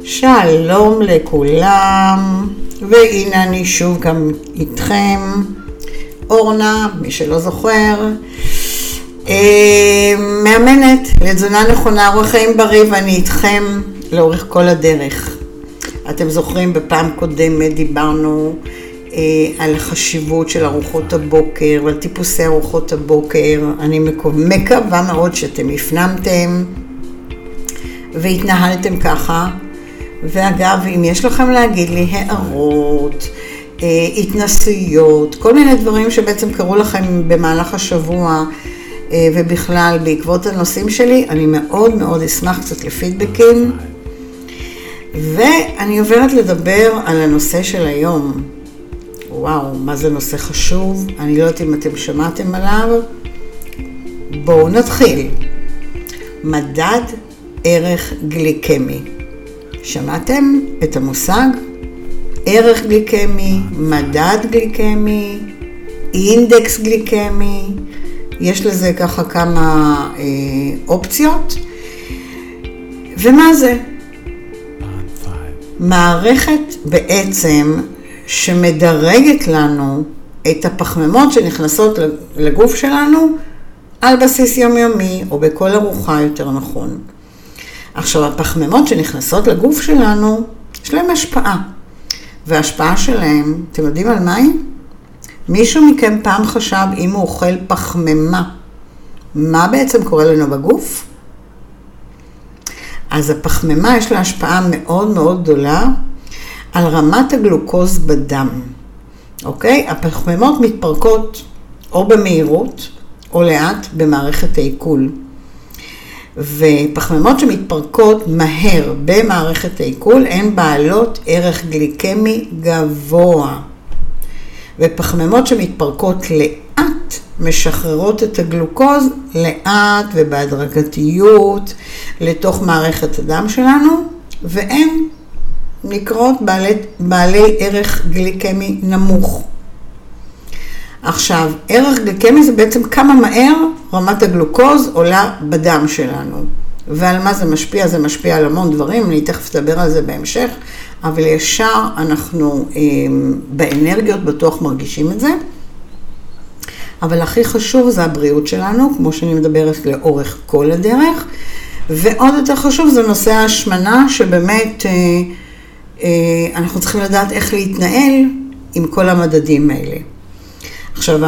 שלום לכולם, והנה אני שוב גם איתכם, אורנה, מי שלא זוכר, מאמנת לתזונה נכונה, אורח חיים בריא, ואני איתכם לאורך כל הדרך. אתם זוכרים, בפעם קודמת דיברנו על החשיבות של ארוחות הבוקר ועל טיפוסי ארוחות הבוקר. אני מקווה מאוד שאתם הפנמתם והתנהלתם ככה. ואגב, אם יש לכם להגיד לי הערות, התנסויות, כל מיני דברים שבעצם קרו לכם במהלך השבוע ובכלל בעקבות הנושאים שלי, אני מאוד מאוד אשמח קצת לפידבקים. ואני עוברת לדבר על הנושא של היום. וואו, מה זה נושא חשוב, אני לא יודעת אם אתם שמעתם עליו. בואו נתחיל. מדד ערך גליקמי. שמעתם את המושג? ערך גליקמי, מדד גליקמי, אינדקס גליקמי, יש לזה ככה כמה אופציות. ומה זה? מערכת בעצם שמדרגת לנו את הפחמימות שנכנסות לגוף שלנו על בסיס יומיומי, או בכל ארוחה יותר נכון. עכשיו, הפחמימות שנכנסות לגוף שלנו, יש להם השפעה. וההשפעה שלהם, אתם יודעים על מה היא? מישהו מכם פעם חשב אם הוא אוכל פחמימה, מה בעצם קורה לנו בגוף? אז הפחמימה יש לה השפעה מאוד מאוד גדולה על רמת הגלוקוז בדם. אוקיי? הפחמימות מתפרקות או במהירות או לאט במערכת העיכול. ופחמימות שמתפרקות מהר במערכת העיכול הן בעלות ערך גליקמי גבוה. ופחמימות שמתפרקות לאט משחררות את הגלוקוז לאט ובהדרגתיות לתוך מערכת הדם שלנו, והן נקראות בעלי ערך גליקמי נמוך. עכשיו, ערך גליקמי זה בעצם כמה מהר רמת הגלוקוז עולה בדם שלנו. ועל מה זה משפיע? זה משפיע על המון דברים, אני תכף אדבר על זה בהמשך, אבל ישר אנחנו באנרגיות בטוח מרגישים את זה. אבל הכי חשוב זה הבריאות שלנו, כמו שאני מדברת לאורך כל הדרך. ועוד יותר חשוב זה נושא ההשמנה, שבאמת אנחנו צריכים לדעת איך להתנהל עם כל המדדים האלה. עכשיו,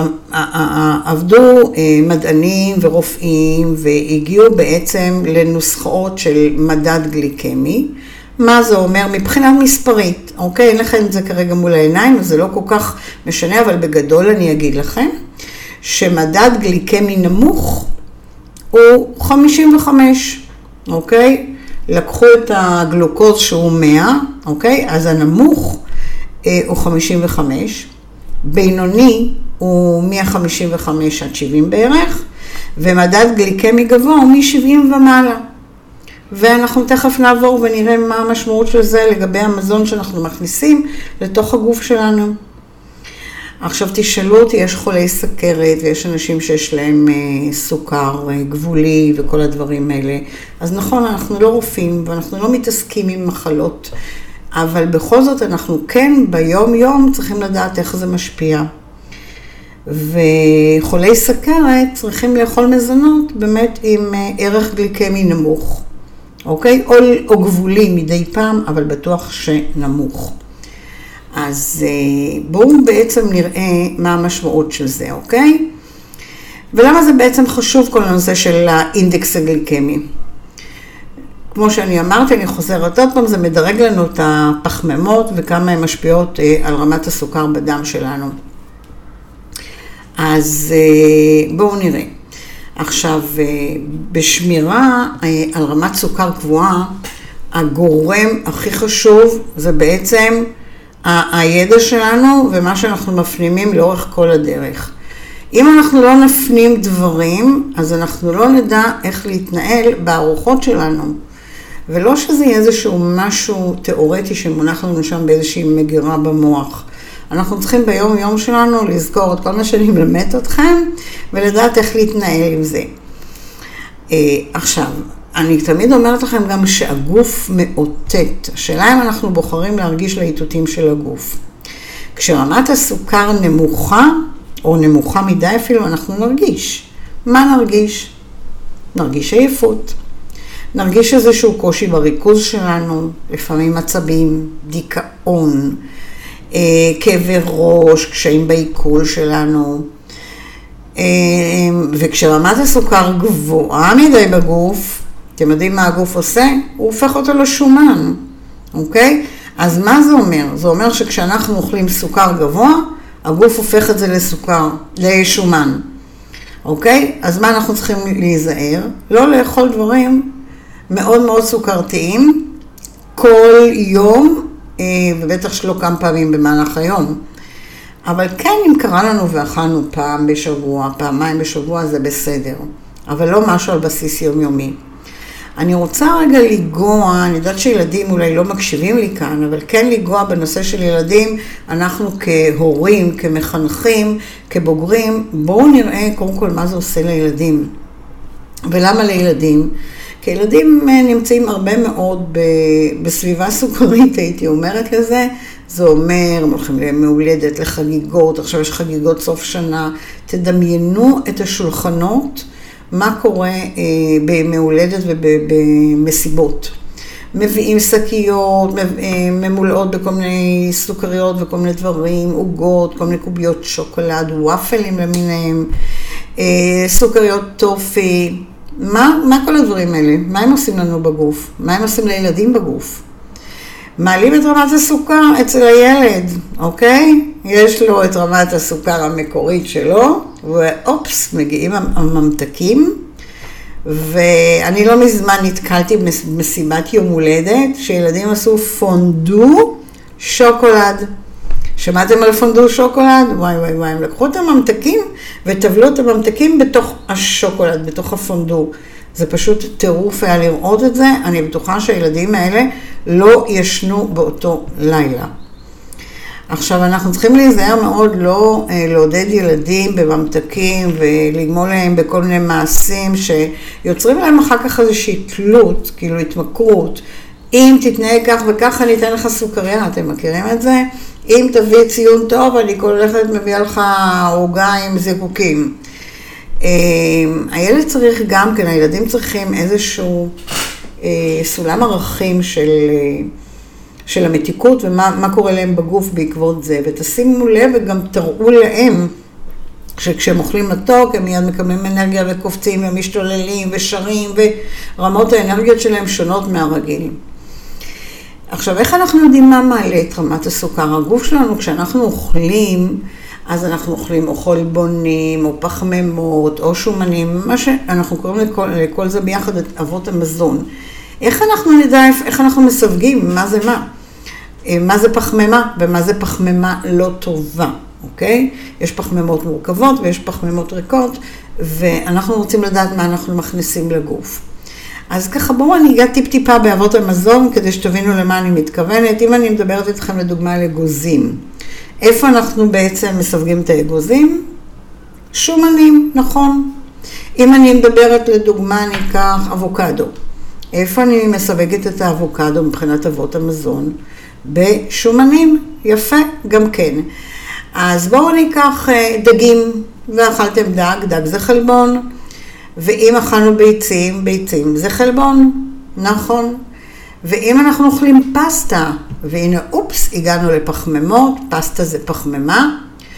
עבדו מדענים ורופאים והגיעו בעצם לנוסחאות של מדד גליקמי. מה זה אומר? מבחינה מספרית, אוקיי? אין לכם את זה כרגע מול העיניים, אז זה לא כל כך משנה, אבל בגדול אני אגיד לכם שמדד גליקמי נמוך הוא 55, אוקיי? לקחו את הגלוקוז שהוא 100, אוקיי? אז הנמוך הוא 55, בינוני הוא 155 עד 70 בערך, ומדד גליקמי גבוה הוא מ-70 ומעלה. ואנחנו תכף נעבור ונראה מה המשמעות של זה לגבי המזון שאנחנו מכניסים לתוך הגוף שלנו. עכשיו תשאלו אותי, יש חולי סכרת ויש אנשים שיש להם סוכר גבולי וכל הדברים האלה. אז נכון, אנחנו לא רופאים ואנחנו לא מתעסקים עם מחלות, אבל בכל זאת אנחנו כן ביום יום צריכים לדעת איך זה משפיע. וחולי סכרת צריכים לאכול מזונות באמת עם ערך גליקמי נמוך. אוקיי? או גבולי מדי פעם, אבל בטוח שנמוך. אז בואו בעצם נראה מה המשמעות של זה, אוקיי? ולמה זה בעצם חשוב כל הנושא של האינדקס הגליקמי? כמו שאני אמרתי, אני חוזרת עוד פעם, זה מדרג לנו את הפחמימות וכמה הן משפיעות על רמת הסוכר בדם שלנו. אז בואו נראה. עכשיו, בשמירה על רמת סוכר קבועה, הגורם הכי חשוב זה בעצם הידע שלנו ומה שאנחנו מפנימים לאורך כל הדרך. אם אנחנו לא נפנים דברים, אז אנחנו לא נדע איך להתנהל בארוחות שלנו. ולא שזה יהיה איזשהו משהו תיאורטי שמונח לנו שם באיזושהי מגירה במוח. אנחנו צריכים ביום יום שלנו לזכור את כל מה שאני מלמד אתכם, ולדעת איך להתנהל עם זה. עכשיו, אני תמיד אומרת לכם גם שהגוף מאותת. השאלה אם אנחנו בוחרים להרגיש לאיתותים של הגוף. כשרמת הסוכר נמוכה, או נמוכה מדי אפילו, אנחנו נרגיש. מה נרגיש? נרגיש עייפות. נרגיש איזשהו קושי בריכוז שלנו, לפעמים עצבים, דיכאון, כאבי ראש, קשיים בעיכול שלנו. וכשרמת הסוכר גבוהה מדי בגוף, אתם יודעים מה הגוף עושה? הוא הופך אותו לשומן, אוקיי? אז מה זה אומר? זה אומר שכשאנחנו אוכלים סוכר גבוה, הגוף הופך את זה לשומן, אוקיי? אז מה אנחנו צריכים להיזהר? לא לאכול דברים מאוד מאוד סוכרתיים כל יום, ובטח שלא כמה פעמים במהלך היום. אבל כן, אם קרה לנו ואכלנו פעם בשבוע, פעמיים בשבוע, זה בסדר. אבל לא משהו על בסיס יומיומי. אני רוצה רגע לגוע, אני יודעת שילדים אולי לא מקשיבים לי כאן, אבל כן לגוע בנושא של ילדים, אנחנו כהורים, כמחנכים, כבוגרים, בואו נראה קודם כל מה זה עושה לילדים. ולמה לילדים? כי ילדים נמצאים הרבה מאוד בסביבה סוכרית, הייתי אומרת לזה. זה אומר, הם הולכים למהולדת, לחגיגות, עכשיו יש חגיגות סוף שנה. תדמיינו את השולחנות, מה קורה במהולדת ובמסיבות. מביאים שקיות, ממולאות בכל מיני סוכריות וכל מיני דברים, עוגות, כל מיני קוביות שוקולד, וואפלים למיניהם, סוכריות טופי. מה כל הדברים האלה? מה הם עושים לנו בגוף? מה הם עושים לילדים בגוף? מעלים את רמת הסוכר אצל הילד, אוקיי? יש לו את רמת הסוכר המקורית שלו, ואופס, מגיעים הממתקים, ואני לא מזמן נתקלתי במסיבת יום הולדת, שילדים עשו פונדו שוקולד. שמעתם על פונדו שוקולד? וואי וואי וואי, הם לקחו את הממתקים וטבלו את הממתקים בתוך השוקולד, בתוך הפונדו. זה פשוט טירוף היה לראות את זה. אני בטוחה שהילדים האלה לא ישנו באותו לילה. עכשיו אנחנו צריכים להיזהר מאוד לא לעודד ילדים בממתקים ולגמול להם בכל מיני מעשים שיוצרים להם אחר כך איזושהי תלות, כאילו התמכרות. אם תתנהג כך וכך אני אתן לך סוכריה, אתם מכירים את זה? אם תביא ציון טוב אני כל הולכת מביאה לך עוגה עם זיקוקים. הילד צריך גם כן, הילדים צריכים איזשהו סולם ערכים של המתיקות ומה קורה להם בגוף בעקבות זה. ותשימו לב וגם תראו להם שכשהם אוכלים מתוק הם מיד מקבלים אנרגיה וקופצים ומשתוללים ושרים ורמות האנרגיות שלהם שונות מהרגיל. עכשיו, איך אנחנו יודעים מה מעלה את רמת הסוכר? הגוף שלנו, כשאנחנו אוכלים, אז אנחנו אוכלים או חלבונים, או פחמימות, או שומנים, מה שאנחנו קוראים לכל זה ביחד את אבות המזון. איך אנחנו נדע, איך אנחנו מסווגים, מה זה מה? מה זה פחמימה ומה זה פחמימה לא טובה, אוקיי? יש פחמימות מורכבות ויש פחמימות ריקות, ואנחנו רוצים לדעת מה אנחנו מכניסים לגוף. אז ככה בואו אני אגע טיפה באבות המזון כדי שתבינו למה אני מתכוונת. אם אני מדברת איתכם לדוגמה על אגוזים, איפה אנחנו בעצם מסווגים את האגוזים? שומנים, נכון. אם אני מדברת לדוגמה אני אקח אבוקדו. איפה אני מסווגת את האבוקדו מבחינת אבות המזון? בשומנים, יפה, גם כן. אז בואו ניקח דגים, ואכלתם דג, דג זה חלבון. ואם אכלנו ביצים, ביצים זה חלבון, נכון. ואם אנחנו אוכלים פסטה, והנה אופס, הגענו לפחמימות, פסטה זה פחמימה,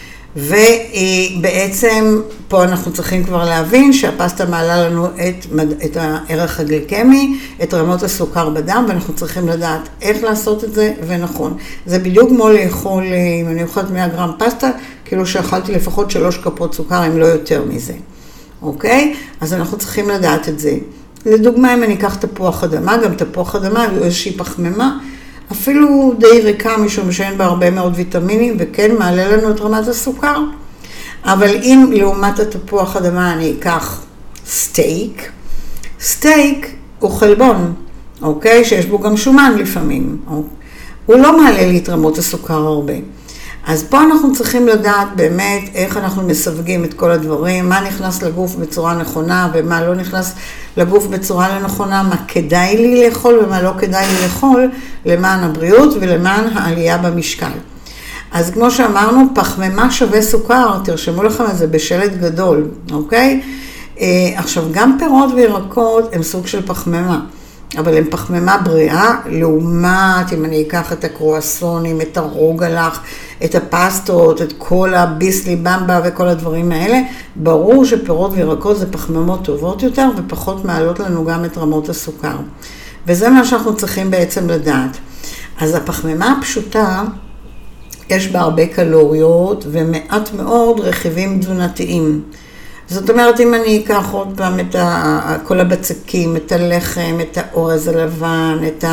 ובעצם פה אנחנו צריכים כבר להבין שהפסטה מעלה לנו את הערך הגליקמי, את רמות הסוכר בדם, ואנחנו צריכים לדעת איך לעשות את זה, ונכון. זה בדיוק כמו לאכול, אם אני אוכלת 100 גרם פסטה, כאילו שאכלתי לפחות 3 כפות סוכר, אם לא יותר מזה. אוקיי? אז אנחנו צריכים לדעת את זה. לדוגמה, אם אני אקח תפוח אדמה, גם תפוח אדמה, הוא איזושהי פחמימה, אפילו די ריקה, משום שאין בה הרבה מאוד ויטמינים, וכן מעלה לנו את רמת הסוכר. אבל אם לעומת התפוח אדמה אני אקח סטייק, סטייק הוא חלבון, אוקיי? שיש בו גם שומן לפעמים. הוא לא מעלה לי את רמות הסוכר הרבה. אז פה אנחנו צריכים לדעת באמת איך אנחנו מסווגים את כל הדברים, מה נכנס לגוף בצורה נכונה ומה לא נכנס לגוף בצורה לא נכונה, מה כדאי לי לאכול ומה לא כדאי לי לאכול, למען הבריאות ולמען העלייה במשקל. אז כמו שאמרנו, פחמימה שווה סוכר, תרשמו לכם את זה בשלט גדול, אוקיי? עכשיו, גם פירות וירקות הם סוג של פחמימה, אבל הם פחמימה בריאה, לעומת אם אני אקח את הקרואסונים, את הרוגלח, את הפסטות, את כל הביסלי במבה וכל הדברים האלה, ברור שפירות וירקות זה פחמימות טובות יותר ופחות מעלות לנו גם את רמות הסוכר. וזה מה שאנחנו צריכים בעצם לדעת. אז הפחמימה הפשוטה, יש בה הרבה קלוריות ומעט מאוד רכיבים תזונתיים. זאת אומרת, אם אני אקח עוד פעם את כל הבצקים, את הלחם, את האורז הלבן, את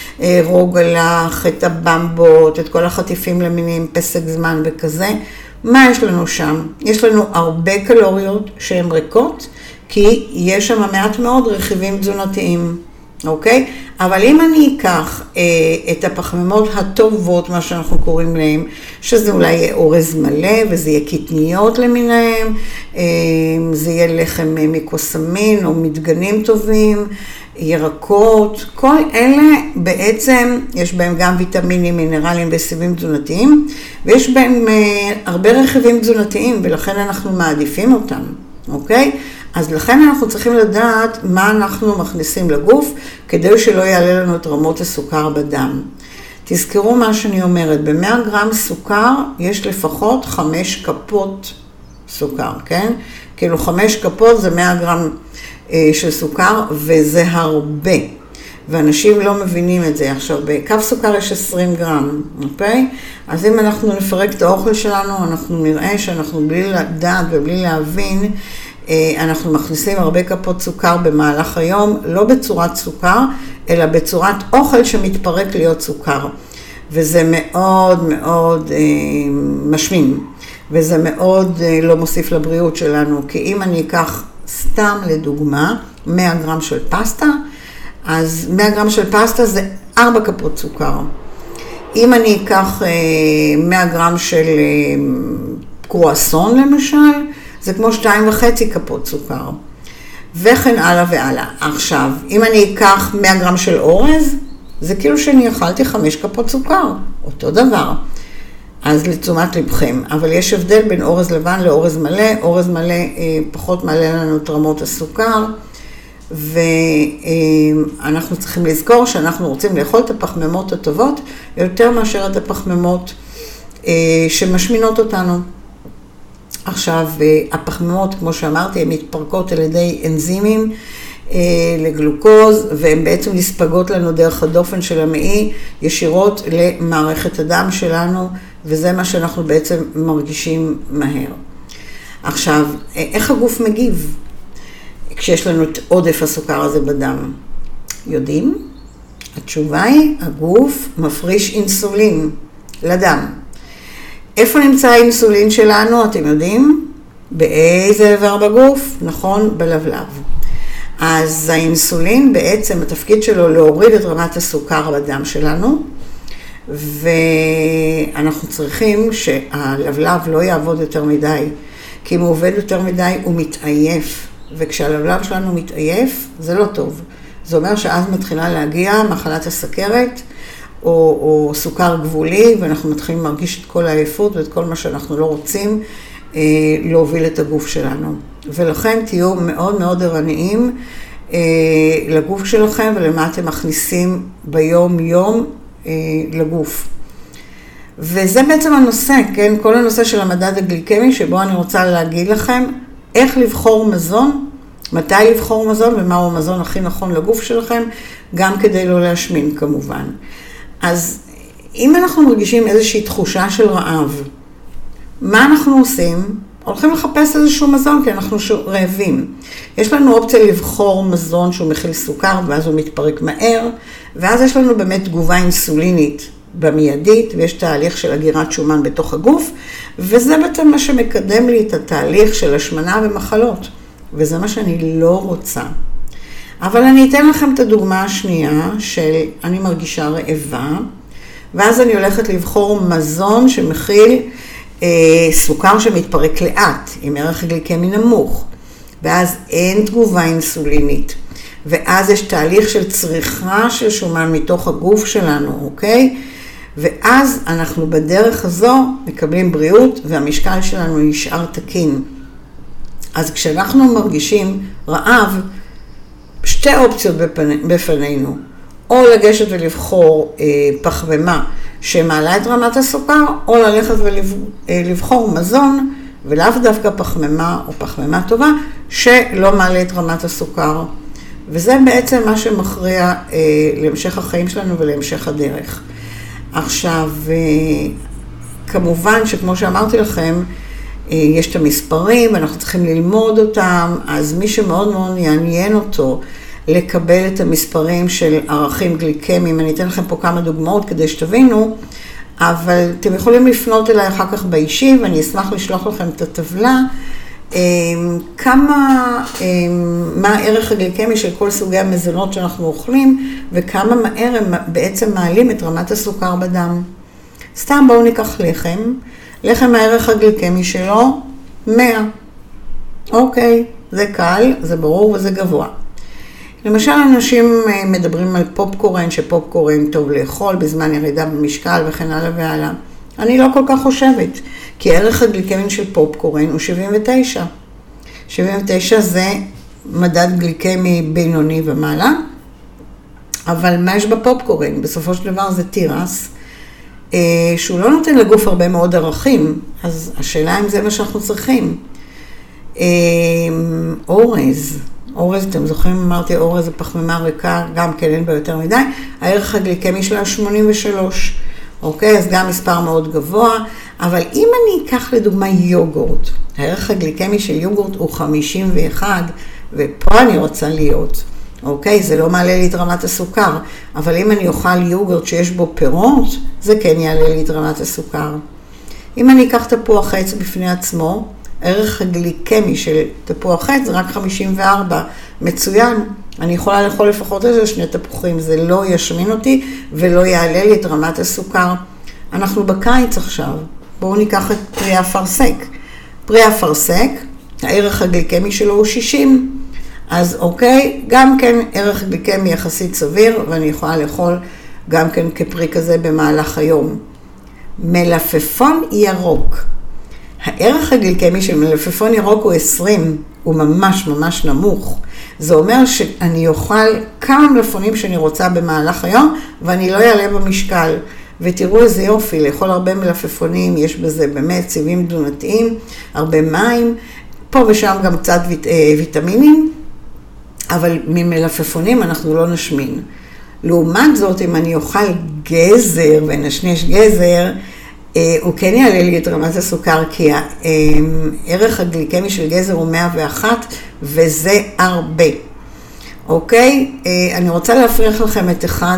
הרוגלח, את הבמבות, את כל החטיפים למינים, פסק זמן וכזה, מה יש לנו שם? יש לנו הרבה קלוריות שהן ריקות, כי יש שם מעט מאוד רכיבים תזונתיים. אוקיי? אבל אם אני אקח את הפחמימות הטובות, מה שאנחנו קוראים להם, שזה אולי יהיה אורז מלא, וזה יהיה קטניות למיניהם, זה יהיה לחם מקוסמין או מדגנים טובים, ירקות, כל אלה בעצם יש בהם גם ויטמינים, מינרלים וסיבים תזונתיים, ויש בהם הרבה רכיבים תזונתיים, ולכן אנחנו מעדיפים אותם, אוקיי? אז לכן אנחנו צריכים לדעת מה אנחנו מכניסים לגוף, כדי שלא יעלה לנו את רמות הסוכר בדם. תזכרו מה שאני אומרת, ב-100 גרם סוכר יש לפחות 5 כפות סוכר, כן? כאילו 5 כפות זה 100 גרם של סוכר, וזה הרבה. ואנשים לא מבינים את זה. עכשיו, בכף סוכר יש 20 גרם, אוקיי? אז אם אנחנו נפרק את האוכל שלנו, אנחנו נראה שאנחנו בלי לדעת ובלי להבין, אנחנו מכניסים הרבה כפות סוכר במהלך היום, לא בצורת סוכר, אלא בצורת אוכל שמתפרק להיות סוכר. וזה מאוד מאוד משמין, וזה מאוד לא מוסיף לבריאות שלנו, כי אם אני אקח סתם לדוגמה 100 גרם של פסטה, אז 100 גרם של פסטה זה 4 כפות סוכר. אם אני אקח 100 גרם של קרואסון למשל, זה כמו 2.5 כפות סוכר, וכן הלאה והלאה. עכשיו, אם אני אקח 100 גרם של אורז, זה כאילו שאני אכלתי 5 כפות סוכר, אותו דבר. אז לתשומת לבכם, אבל יש הבדל בין אורז לבן לאורז מלא. אורז מלא פחות מעלה לנו את רמות הסוכר, ואנחנו צריכים לזכור שאנחנו רוצים לאכול את הפחמימות הטובות, יותר מאשר את הפחמימות שמשמינות אותנו. עכשיו, הפחמימות, כמו שאמרתי, הן מתפרקות על ידי אנזימים לגלוקוז, והן בעצם נספגות לנו דרך הדופן של המעי ישירות למערכת הדם שלנו, וזה מה שאנחנו בעצם מרגישים מהר. עכשיו, איך הגוף מגיב כשיש לנו את עודף הסוכר הזה בדם? יודעים? התשובה היא, הגוף מפריש אינסולין לדם. איפה נמצא האינסולין שלנו, אתם יודעים? באיזה איבר בגוף? נכון, בלבלב. אז האינסולין בעצם התפקיד שלו להוריד את רמת הסוכר בדם שלנו, ואנחנו צריכים שהלבלב לא יעבוד יותר מדי, כי אם הוא עובד יותר מדי הוא מתעייף, וכשהלבלב שלנו מתעייף זה לא טוב. זה אומר שאז מתחילה להגיע מחלת הסכרת, או סוכר גבולי, ואנחנו מתחילים להרגיש את כל העייפות ואת כל מה שאנחנו לא רוצים להוביל את הגוף שלנו. ולכן תהיו מאוד מאוד ערניים לגוף שלכם ולמה אתם מכניסים ביום יום לגוף. וזה בעצם הנושא, כן? כל הנושא של המדד הגליקמי, שבו אני רוצה להגיד לכם איך לבחור מזון, מתי לבחור מזון ומהו המזון הכי נכון לגוף שלכם, גם כדי לא להשמין כמובן. אז אם אנחנו מרגישים איזושהי תחושה של רעב, מה אנחנו עושים? הולכים לחפש איזשהו מזון כי אנחנו רעבים. יש לנו אופציה לבחור מזון שהוא מכיל סוכר ואז הוא מתפרק מהר, ואז יש לנו באמת תגובה אינסולינית במיידית, ויש תהליך של אגירת שומן בתוך הגוף, וזה בעצם מה שמקדם לי את התהליך של השמנה ומחלות, וזה מה שאני לא רוצה. אבל אני אתן לכם את הדוגמה השנייה של אני מרגישה רעבה, ואז אני הולכת לבחור מזון שמכיל סוכר שמתפרק לאט, עם ערך גליקמי נמוך, ואז אין תגובה אינסולינית, ואז יש תהליך של צריכה של שומן מתוך הגוף שלנו, אוקיי? ואז אנחנו בדרך הזו מקבלים בריאות, והמשקל שלנו נשאר תקין. אז כשאנחנו מרגישים רעב, שתי אופציות בפנינו, או לגשת ולבחור פחמימה שמעלה את רמת הסוכר, או ללכת ולבחור מזון, ולאו דווקא פחמימה או פחמימה טובה, שלא מעלה את רמת הסוכר. וזה בעצם מה שמכריע להמשך החיים שלנו ולהמשך הדרך. עכשיו, כמובן שכמו שאמרתי לכם, יש את המספרים, אנחנו צריכים ללמוד אותם, אז מי שמאוד מאוד יעניין אותו לקבל את המספרים של ערכים גליקמיים, אני אתן לכם פה כמה דוגמאות כדי שתבינו, אבל אתם יכולים לפנות אליי אחר כך באישי, ואני אשמח לשלוח לכם את הטבלה, מה הערך הגליקמי של כל סוגי המזונות שאנחנו אוכלים, וכמה מהר הם בעצם מעלים את רמת הסוכר בדם. סתם בואו ניקח לחם, לחם הערך הגליקמי שלו 100. אוקיי, זה קל, זה ברור וזה גבוה. למשל, אנשים מדברים על פופקורן, שפופקורן טוב לאכול בזמן ירידה במשקל וכן הלאה והלאה. אני לא כל כך חושבת, כי הערך הגליקמי של פופקורן הוא 79. 79 זה מדד גליקמי בינוני ומעלה, אבל מה יש בפופקורן? בסופו של דבר זה תירס, שהוא לא נותן לגוף הרבה מאוד ערכים, אז השאלה אם זה מה שאנחנו צריכים. אורז, אתם זוכרים, אמרתי אורז זה פחמימה ריקה, גם כן אין בה יותר מדי, הערך הגליקמי שלה 83, אוקיי, אז גם מספר מאוד גבוה, אבל אם אני אקח לדוגמה יוגורט, הערך הגליקמי של יוגורט הוא 51, ופה אני רוצה להיות, אוקיי, זה לא מעלה לי את רמת הסוכר, אבל אם אני אוכל יוגורט שיש בו פירות, זה כן יעלה לי את רמת הסוכר. אם אני אקח תפוח עץ בפני עצמו, הערך הגליקמי של תפוח עץ זה רק 54, מצוין. אני יכולה לאכול לפחות איזה 2 תפוחים, זה לא ישמין אותי ולא יעלה לי את רמת הסוכר. אנחנו בקיץ עכשיו, בואו ניקח את פרי האפרסק. פרי האפרסק, הערך הגליקמי שלו הוא 60, אז אוקיי, גם כן ערך גליקמי יחסית סביר, ואני יכולה לאכול גם כן כפרי כזה במהלך היום. מלפפון ירוק. הערך הגליקמי של מלפפון ירוק הוא 20, הוא ממש ממש נמוך. זה אומר שאני אוכל כמה מלפפונים שאני רוצה במהלך היום, ואני לא אעלה במשקל. ותראו איזה יופי, לאכול הרבה מלפפונים, יש בזה באמת סיבים תזונתיים, הרבה מים, פה ושם גם קצת ויטמינים, אבל ממלפפונים אנחנו לא נשמין. לעומת זאת, אם אני אוכל גזר ונשנש גזר, הוא כן יעלה לי את רמת הסוכר, כי הערך הגליקמי של גזר הוא 101, וזה הרבה. אוקיי? אני רוצה להפריך לכם את אחד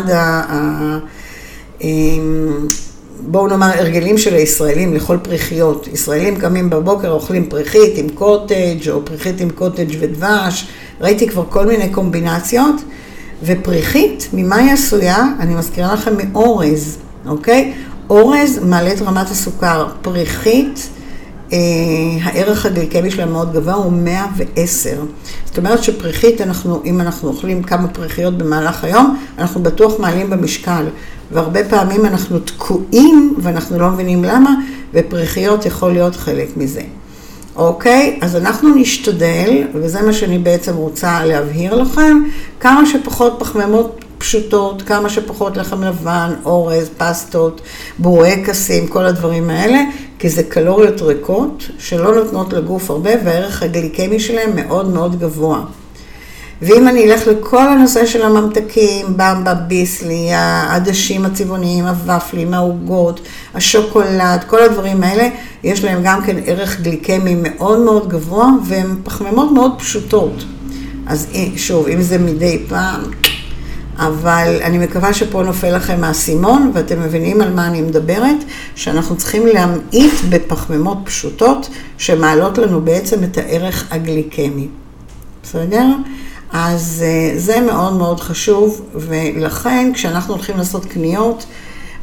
בואו נאמר, הרגלים של הישראלים לאכול פריחיות. ישראלים קמים בבוקר, אוכלים פריחית עם קוטג' או פריחית עם קוטג' ודבש. ראיתי כבר כל מיני קומבינציות. ופריחית, ממה היא עשויה? אני מזכירה לכם מאורז, אוקיי? אורז מעלה את רמת הסוכר. פריחית, הערך הגליקמי שלה מאוד גבוה הוא 110. זאת אומרת שפריחית, אם אנחנו אוכלים כמה פריחיות במהלך היום, אנחנו בטוח מעלים במשקל. והרבה פעמים אנחנו תקועים ואנחנו לא מבינים למה, ופריחיות יכול להיות חלק מזה. אוקיי? אז אנחנו נשתדל, וזה מה שאני בעצם רוצה להבהיר לכם, כמה שפחות פחמימות פשוטות, כמה שפחות לחם לבן, אורז, פסטות, בורקסים, כל הדברים האלה, כי זה קלוריות ריקות שלא נותנות לגוף הרבה, והערך הגליקמי שלהם מאוד מאוד גבוה. ואם אני אלך לכל הנושא של הממתקים, במבה, ביסלי, העדשים הצבעוניים, הוואפלים, העוגות, השוקולד, כל הדברים האלה, יש להם גם כן ערך גליקמי מאוד מאוד גבוה, והן פחמימות מאוד פשוטות. אז שוב, אם זה מדי פעם, אבל אני מקווה שפה נופל לכם מהסימון, ואתם מבינים על מה אני מדברת, שאנחנו צריכים להמעיט בפחמימות פשוטות, שמעלות לנו בעצם את הערך הגליקמי. בסדר? אז זה מאוד מאוד חשוב, ולכן כשאנחנו הולכים לעשות קניות,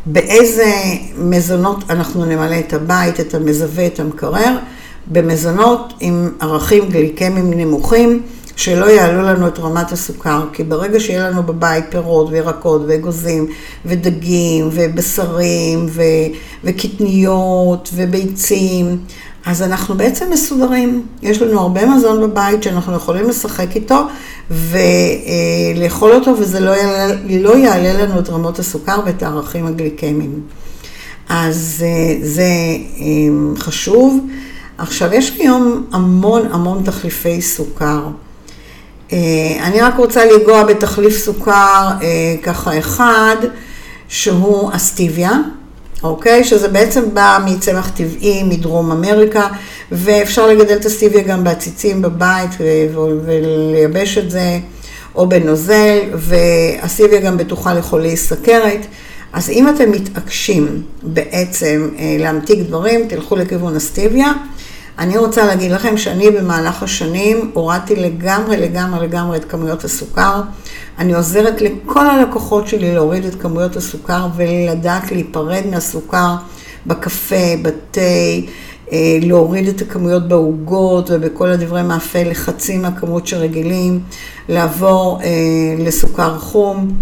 באיזה מזונות אנחנו נמלא את הבית, את המזווה, את המקרר, במזונות עם ערכים גליקמיים נמוכים, שלא יעלו לנו את רמת הסוכר, כי ברגע שיהיה לנו בבית פירות וירקות ואגוזים ודגים ובשרים וקטניות וביצים, אז אנחנו בעצם מסודרים. יש לנו הרבה מזון בבית שאנחנו יכולים לשחק איתו ולאכול אותו, וזה לא יעלה לנו את רמות הסוכר ואת הערכים הגליקמיים. אז זה חשוב. עכשיו, יש היום המון תחליפי סוכר. אני רק רוצה לגוע בתחליף סוכר ככה אחד, שהוא אסטיביה, אוקיי? שזה בעצם בא מצמח טבעי מדרום אמריקה, ואפשר לגדל את אסטיביה גם בעציצים בבית ולייבש את זה, או בנוזל, ואסטיביה גם בטוחה לחולי סכרת. אז אם אתם מתעקשים בעצם להמתיק דברים, תלכו לכיוון אסטיביה. אני רוצה להגיד לכם שאני במהלך השנים הורדתי לגמרי את כמויות הסוכר. אני עוזרת לכל הלקוחות שלי להוריד את כמויות הסוכר ולדעת להיפרד מהסוכר בקפה, בתה, להוריד את הכמויות בעוגות ובכל הדברי מאפה לחצי מהכמות שרגילים, לעבור לסוכר חום,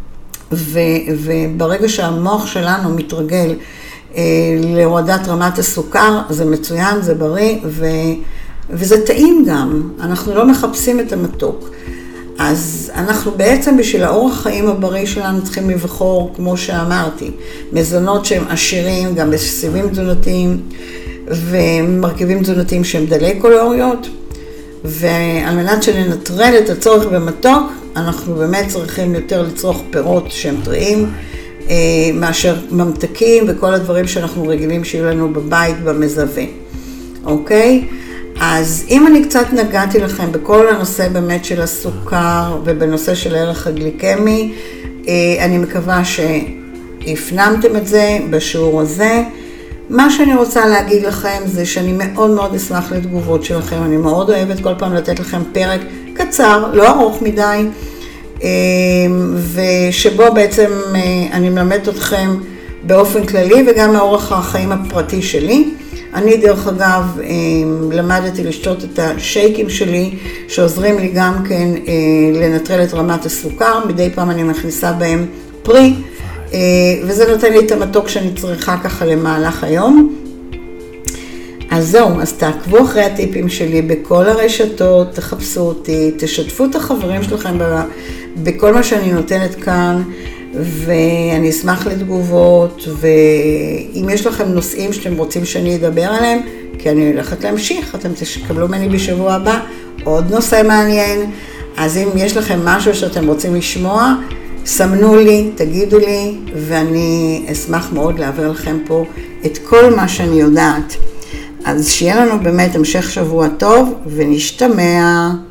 וברגע שהמוח שלנו מתרגל להורדת רמת הסוכר, זה מצוין, זה בריא, וזה טעים גם. אנחנו לא מחפשים את המתוק. אז אנחנו בעצם בשביל האורח חיים הבריא שלנו צריכים לבחור, כמו שאמרתי, מזונות שהם עשירים, גם בסיבים תזונתיים, ומרכיבים תזונתיים שהם דלי קלוריות, ועל מנת שננטרל את הצורך במתוק, אנחנו באמת צריכים יותר לצרוך פירות שהם טריים, מאשר ממתקים וכל הדברים שאנחנו רגילים שיהיו לנו בבית במזווה. אוקיי? אז אם אני קצת נגעתי לכם בכל הנושא באמת של הסוכר ובנושא של הערך הגליקמי, אני מקווה שהפנמתם את זה בשיעור הזה. מה שאני רוצה להגיד לכם זה שאני מאוד אשמח לתגובות שלכם. אני מאוד אוהבת כל פעם לתת לכם פרק קצר, לא ארוך מדי, ושבו בעצם אני מלמדת אתכם באופן כללי וגם מאורח החיים הפרטי שלי. אני דרך אגב למדתי לשתות את השייקים שלי שעוזרים לי גם כן לנטרל את רמת הסוכר. מדי פעם אני מכניסה בהם פרי, וזה נותן לי את המתוק שאני צריכה ככה למהלך היום. אז זהו, אז תעקבו אחרי הטיפים שלי בכל הרשתות, תחפשו אותי, תשתפו את החברים שלכם בכל מה שאני נותנת כאן, ואני אשמח לתגובות, ואם יש לכם נושאים שאתם רוצים שאני אדבר עליהם, כי אני הולכת להמשיך, אתם תקבלו ממני בשבוע הבא עוד נושא מעניין. אז אם יש לכם משהו שאתם רוצים לשמוע, סמנו לי, תגידו לי, ואני אשמח מאוד להעביר לכם פה את כל מה שאני יודעת. אז שיהיה לנו באמת המשך שבוע טוב, ונשתמע.